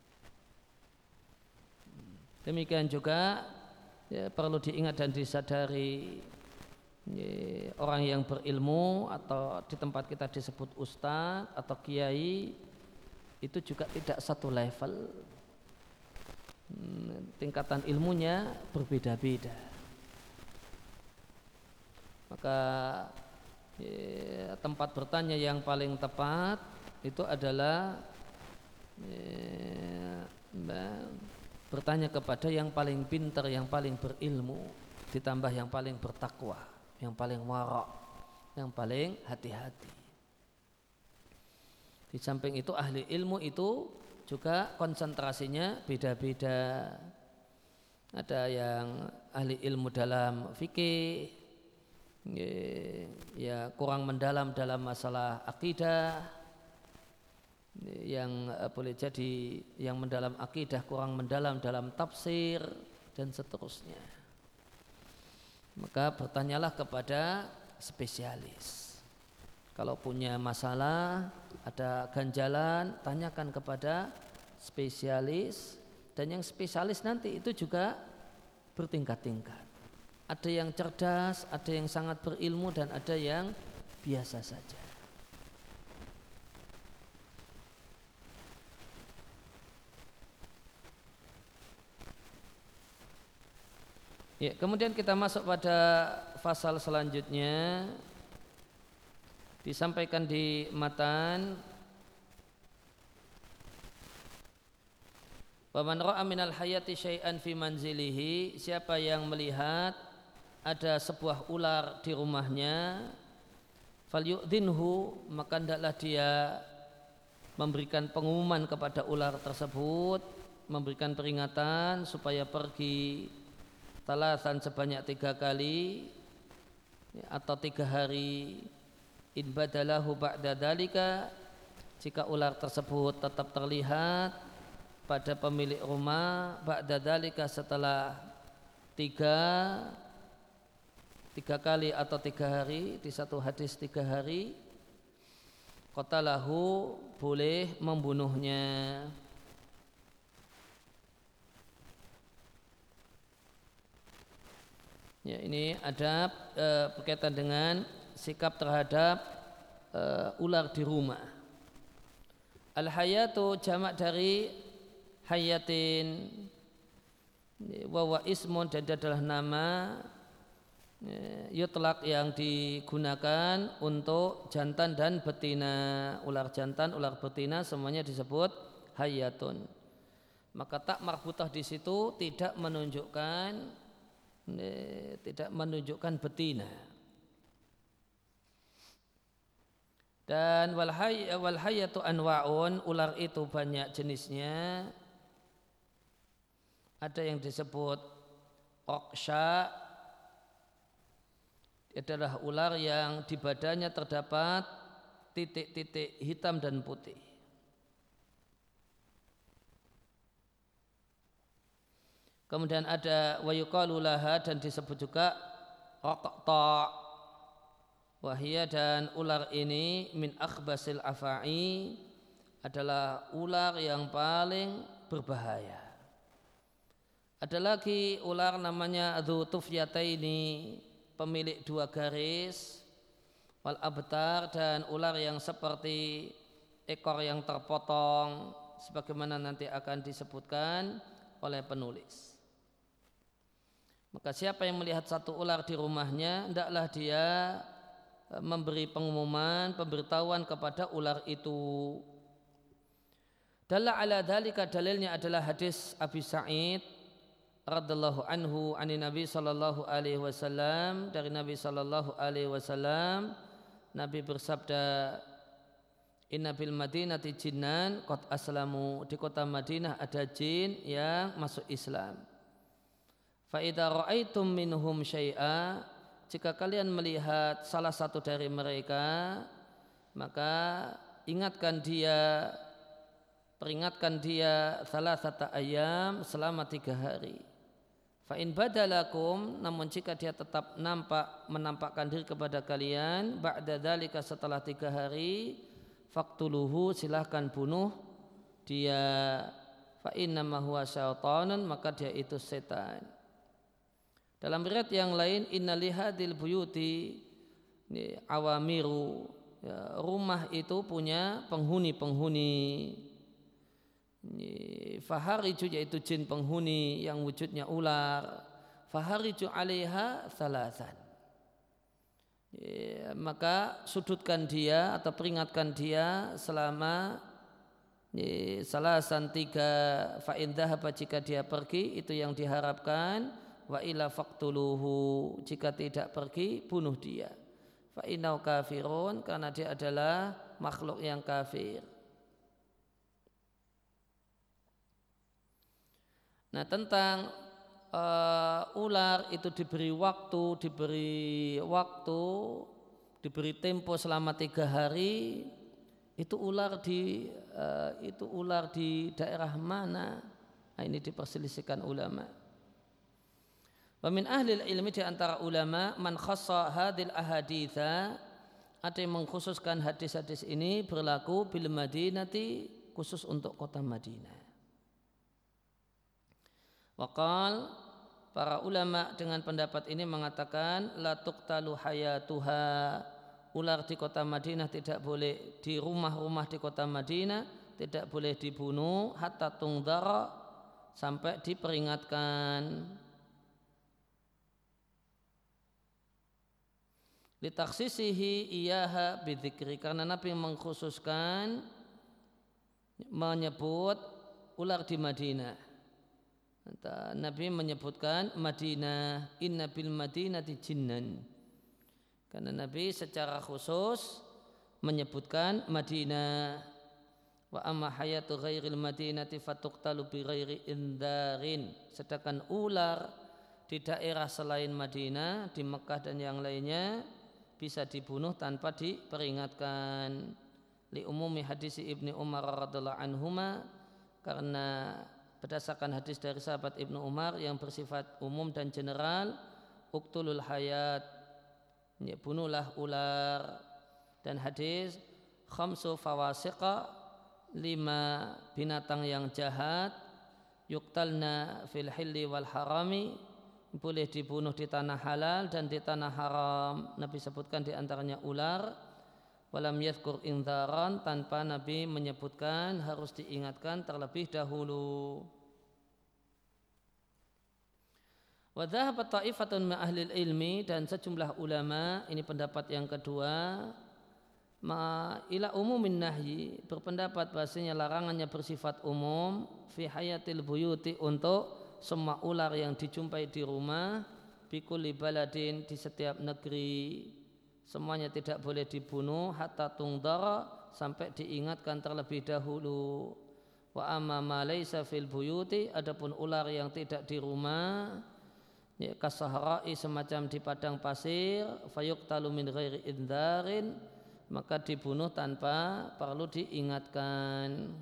Demikian juga perlu diingat dan disadari, orang yang berilmu atau di tempat kita disebut ustaz atau kiai itu juga tidak satu level, tingkatan ilmunya berbeda-beda. Maka tempat bertanya yang paling tepat itu adalah bertanya kepada yang paling pintar, yang paling berilmu, ditambah yang paling bertakwa, yang paling wara', yang paling hati-hati. Di samping itu ahli ilmu itu juga konsentrasinya beda-beda. Ada yang ahli ilmu dalam fikih, ya kurang mendalam dalam masalah akidah, yang boleh jadi yang mendalam akidah kurang mendalam dalam tafsir dan seterusnya. Maka bertanyalah kepada spesialis. Kalau punya masalah, ada ganjalan, tanyakan kepada spesialis, dan yang spesialis nanti itu juga bertingkat-tingkat. Ada yang cerdas, ada yang sangat berilmu, dan ada yang biasa saja. Ya, kemudian kita masuk pada fasal selanjutnya. Disampaikan di matan, wa man ra'a minal hayati syai'an fi manzilihi, siapa yang melihat ada sebuah ular di rumahnya, falyu'dhinhu, maka hendaklah dia memberikan pengumuman kepada ular tersebut, memberikan peringatan supaya pergi talatan sebanyak 3 kali atau 3 hari. In badalahu ba'da dalika, jika ular tersebut tetap terlihat pada pemilik rumah, ba'da dalika, setelah tiga kali atau 3 hari, di satu hadis 3 hari, qatalahu boleh membunuhnya. Ya, ini adab berkaitan dengan sikap terhadap ular di rumah. Al-hayatu jamak dari hayatin, wa ismun, dan adalah nama yutlaq yang digunakan untuk jantan dan betina. Ular jantan, ular betina semuanya disebut hayatun. Maka tak marbutah di situ tidak menunjukkan betina. Dan wal hayatu anwa'un, ular itu banyak jenisnya. Ada yang disebut oksha, adalah ular yang di badannya terdapat titik-titik hitam dan putih. Kemudian ada wayuqalu laha, dan disebut juga raqta, wahia, dan ular ini min akhbasil afa'i, adalah ular yang paling berbahaya. Ada lagi ular namanya dzu tufyataini, pemilik 2 garis, wal abtar, dan ular yang seperti ekor yang terpotong, sebagaimana nanti akan disebutkan oleh penulis. Maka siapa yang melihat satu ular di rumahnya, hendaklah dia memberi pengumuman, pemberitahuan kepada ular itu. Dalla ala dzalika, dalilnya adalah hadis Abi Sa'id radhiyallahu anhu ani Nabi sallallahu alaihi wasallam, dari Nabi sallallahu alaihi wasallam, Nabi bersabda, inna bil madinati jinnan qad aslamu, di kota Madinah ada jin yang masuk Islam. Fa idza ra'aitum minhum syai'a, jika kalian melihat salah satu dari mereka, maka peringatkan dia salasata ayam, selama 3 hari. Fa in badalakum, namun jika dia tetap menampakkan diri kepada kalian, ba'da dzalika, setelah 3 hari, faqtuluhu, silahkan bunuh dia. Fa innama huwa syaitanun, maka dia itu setan. Dalam riwayat yang lain, inna lihadil buyuti awamiru, ya, rumah itu punya penghuni-penghuni. Fahariju, yaitu jin penghuni yang wujudnya ular. Fahariju alaiha salasan, ya, maka sudutkan dia atau peringatkan dia selama salasan 3. Fa in dhahaba, jika dia pergi, itu yang diharapkan. Wa ila faqtuluhu, jika tidak pergi, bunuh dia. Fa innau kafirun, karena dia adalah makhluk yang kafir. Nah, tentang ular itu diberi tempo selama 3 hari. Itu ular di daerah mana? Nah, ini diperselisihkan ulama. Wa min ahli ilmi, di antara ulama, man khassa hadil ahaditha, ada yang mengkhususkan hadis-hadis ini berlaku bil Madinati, khusus untuk kota Madinah. Waqal, para ulama dengan pendapat ini mengatakan la tuqtalu hayatuha, ular di kota Madinah tidak boleh, di rumah-rumah di kota Madinah tidak boleh dibunuh, hatta tungdara, sampai diperingatkan. Litaksisihi iyaha bidzikri, karena Nabi mengkhususkan menyebut ular di Madinah. Nabi menyebutkan Madinah, inna bil madinati jinnan, karena Nabi secara khusus menyebutkan Madinah. Wa amma hayatu ghairil madinati fatuqtalu bi ghairi indarin, sedangkan ular di daerah selain Madinah, di Mekah dan yang lainnya, bisa dibunuh tanpa diperingatkan. Li umumi hadis Ibni Umar radhiyallahu anhuma, karena berdasarkan hadis dari sahabat Ibnu Umar yang bersifat umum dan general, uqtulul hayat, ya, bunuhlah ular, dan hadis khamsu fawasiqa, 5 binatang yang jahat, yuqtalna fil hilli wal harami, boleh dibunuh di tanah halal dan di tanah haram. Nabi sebutkan di antaranya ular. Walam yadhkur indharan, tanpa Nabi menyebutkan harus diingatkan terlebih dahulu. Wa dhahabat ta'ifatun min ahli ilmi, dan sejumlah ulama, ini pendapat yang kedua, ila umumin nahyi, berpendapat bahasanya larangannya bersifat umum fi hayatil buyuti, untuk semua ular yang dijumpai di rumah, bikulli baladin, di setiap negeri, semuanya tidak boleh dibunuh, hatta tungdara, sampai diingatkan terlebih dahulu. Wa amma ma laysa fil buyuti, adapun ular yang tidak di rumah, ya, kasahra'i, semacam di padang pasir, fayuqtalu min ghairi indharin, maka dibunuh tanpa perlu diingatkan.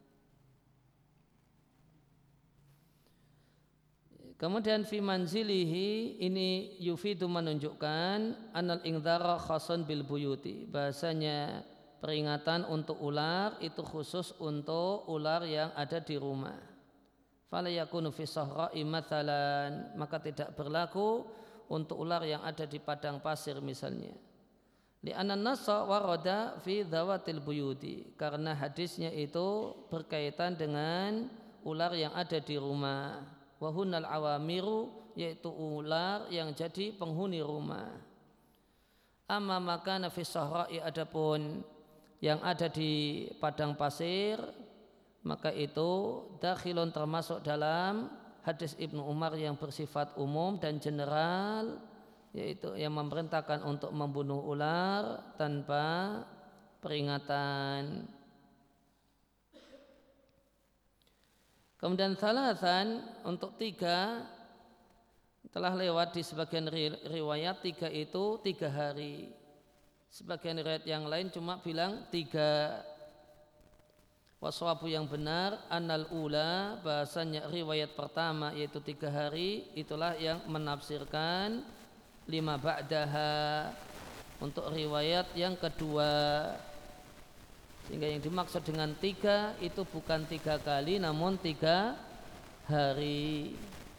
Kemudian fi manzilihi, ini yufidu, menunjukkan anal ingdara khasun bil buyuti, bahasanya peringatan untuk ular itu khusus untuk ular yang ada di rumah. Fala yakunu fi sahra'i mathalan, maka tidak berlaku untuk ular yang ada di padang pasir misalnya. Li'anna nassa warada fi dhawatil buyuti, karena hadisnya itu berkaitan dengan ular yang ada di rumah. Wahunal awamiru, yaitu ular yang jadi penghuni rumah. Amma makana fi sahra'i, adapun yang ada di padang pasir, maka itu dakhilun, termasuk dalam hadis Ibnu Umar yang bersifat umum dan general, yaitu yang memerintahkan untuk membunuh ular tanpa peringatan. Kemudian thalathan, untuk 3, telah lewat di sebagian riwayat 3 itu 3 hari. Sebagian riwayat yang lain cuma bilang 3. Waswabu, yang benar, annal ula, bahasanya riwayat pertama yaitu 3 hari, itulah yang menafsirkan 5 ba'daha, untuk riwayat yang kedua. Sehingga yang dimaksud dengan 3 itu bukan 3 kali, namun 3 hari.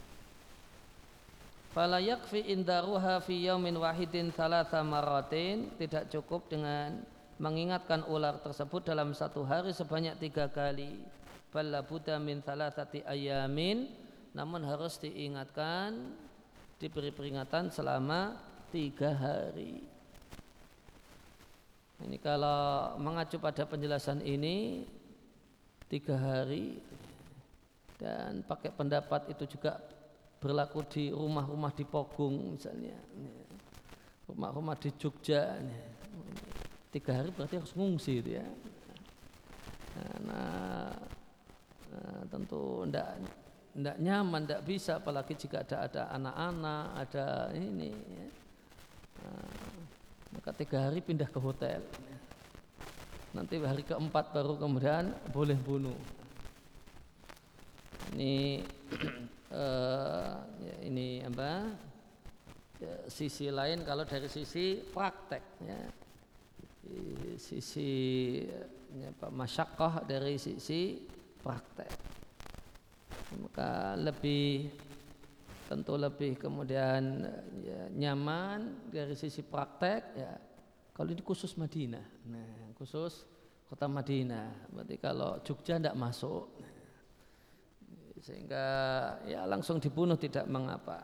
Fala yakfi indaruha fi yaumin wahidin thalatha maratin, tidak cukup dengan mengingatkan ular tersebut dalam 1 hari sebanyak 3 kali. Bal la budda min thalathati ayamin, namun harus diingatkan, diberi peringatan selama 3 hari. Ini kalau mengacu pada penjelasan ini 3 hari, dan pakai pendapat itu juga berlaku di rumah-rumah di Pogung misalnya, rumah-rumah di Jogja, 3 hari berarti harus ngungsi itu ya. Nah, tentu tidak nyaman, tidak bisa, apalagi jika ada anak-anak, ada ini ya. Maka 3 hari pindah ke hotel. Nanti hari keempat baru kemudian boleh bunuh. Ini ini apa? Ya, sisi lain kalau dari sisi praktek, ya. Sisi masyaqqah, dari sisi praktek. Maka tentu lebih kemudian ya, nyaman dari sisi praktek ya. Kalau ini khusus Madinah, nah khusus kota Madinah, berarti kalau Jogja tidak masuk, sehingga ya langsung dibunuh tidak mengapa.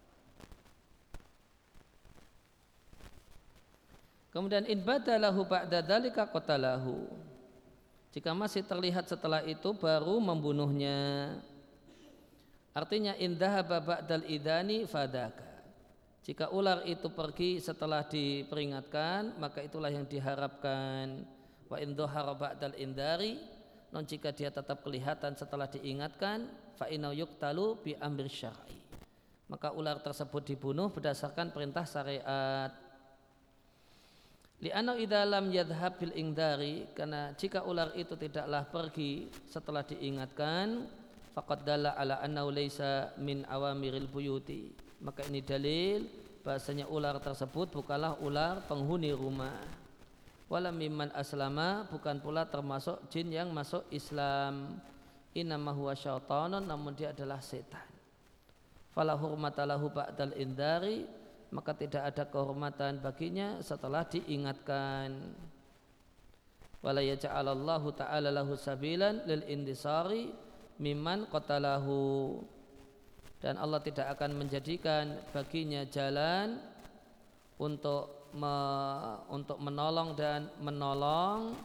Kemudian in badalahu ba'da dzalika qatalahu, jika masih terlihat setelah itu baru membunuhnya. Artinya indahaba ba'dal idani fadaka, jika ular itu pergi setelah diperingatkan, maka itulah yang diharapkan. Wa in dhahara ba'dal indari, non jika dia tetap kelihatan setelah diingatkan, fa inna yuqtalu bi amri syar'i, maka ular tersebut dibunuh berdasarkan perintah syariat. Li'anna idza lam yadhhab bil indari, karena jika ular itu tidaklah pergi setelah diingatkan, faqad dalla ala annahu laisa min awamiril buyuti, maka ini dalil bahasanya ular tersebut bukanlah ular penghuni rumah. Wala mimman aslama, bukan pula termasuk jin yang masuk Islam. Innama huwa syaitanun, namun dia adalah setan. Fala hurmata lahu ba'dal indari, maka tidak ada kehormatan baginya setelah diingatkan. Wala yaj'alallahu ta'ala lahu sabilan lil indisari mimman qatalahu, dan Allah tidak akan menjadikan baginya jalan untuk menolong dan menolong,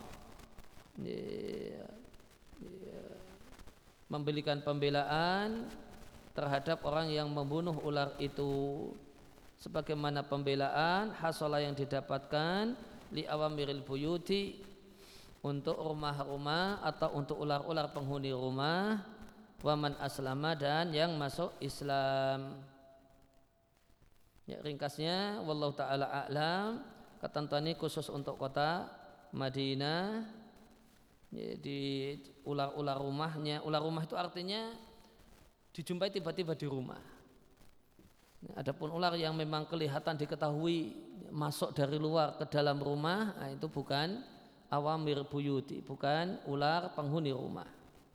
memberikan pembelaan terhadap orang yang membunuh ular itu, sebagaimana pembelaan hasola yang didapatkan li awamiril buyuti, untuk rumah-rumah atau untuk ular-ular penghuni rumah, waman aslama, dan yang masuk Islam. Ya, ringkasnya wallahu taala a'lam, ketentuan ini khusus untuk kota Madinah. Ya, di ular-ular rumahnya, ular rumah itu artinya dijumpai tiba-tiba di rumah. Adapun ular yang memang kelihatan diketahui masuk dari luar ke dalam rumah, nah itu bukan awamir buyuti, bukan ular penghuni rumah.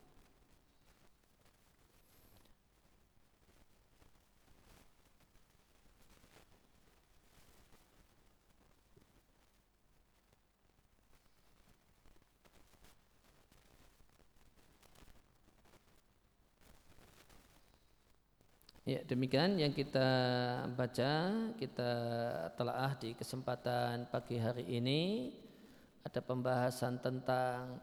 Ya, demikian yang kita baca, kita telaah di kesempatan pagi hari ini. Ada pembahasan tentang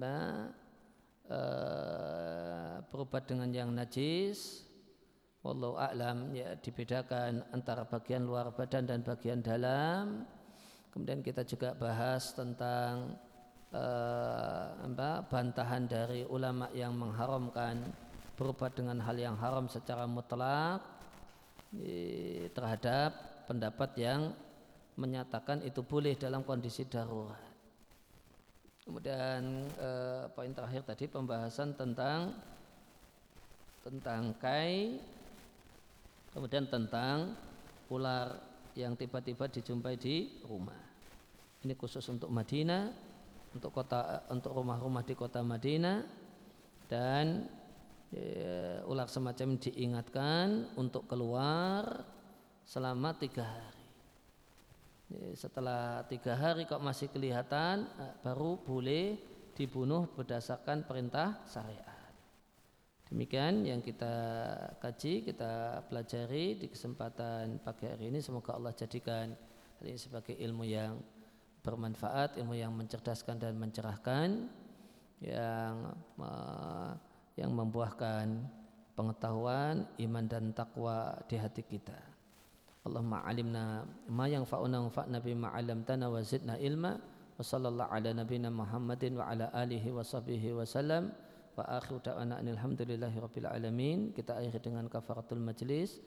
berobat dengan yang najis. Wallahu a'lam, ya, dibedakan antara bagian luar badan dan bagian dalam. Kemudian kita juga bahas tentang bantahan dari ulama yang mengharamkan berobat dengan hal yang haram secara mutlak terhadap pendapat yang menyatakan itu boleh dalam kondisi darurat. Kemudian poin terakhir tadi pembahasan tentang kai, kemudian tentang ular yang tiba-tiba dijumpai di rumah. Ini khusus untuk Madinah, untuk rumah-rumah di kota Madinah, dan ular semacam diingatkan untuk keluar selama 3 hari. Setelah 3 hari kok masih kelihatan, baru boleh dibunuh berdasarkan perintah syariat. Demikian yang kita kaji, kita pelajari di kesempatan pagi hari ini. Semoga Allah jadikan hal ini sebagai ilmu yang bermanfaat, ilmu yang mencerdaskan dan mencerahkan, yang membuahkan pengetahuan, iman dan takwa di hati kita. Allahumma alimna ma yanfa'una wanfa'na bima 'allamtana wa zidna ilma. Wa sallallahu ala nabiyyina Muhammadin wa ala alihi wa sahbihi wa sallam. Wa akhiru da'wana alhamdulillahi rabbil alamin. Kita akhiri dengan kafaratul majlis.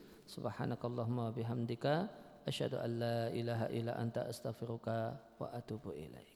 Subhanakallahumma wa bihamdika asyhadu an la ilaha illa anta astaghfiruka wa atubu ilaik.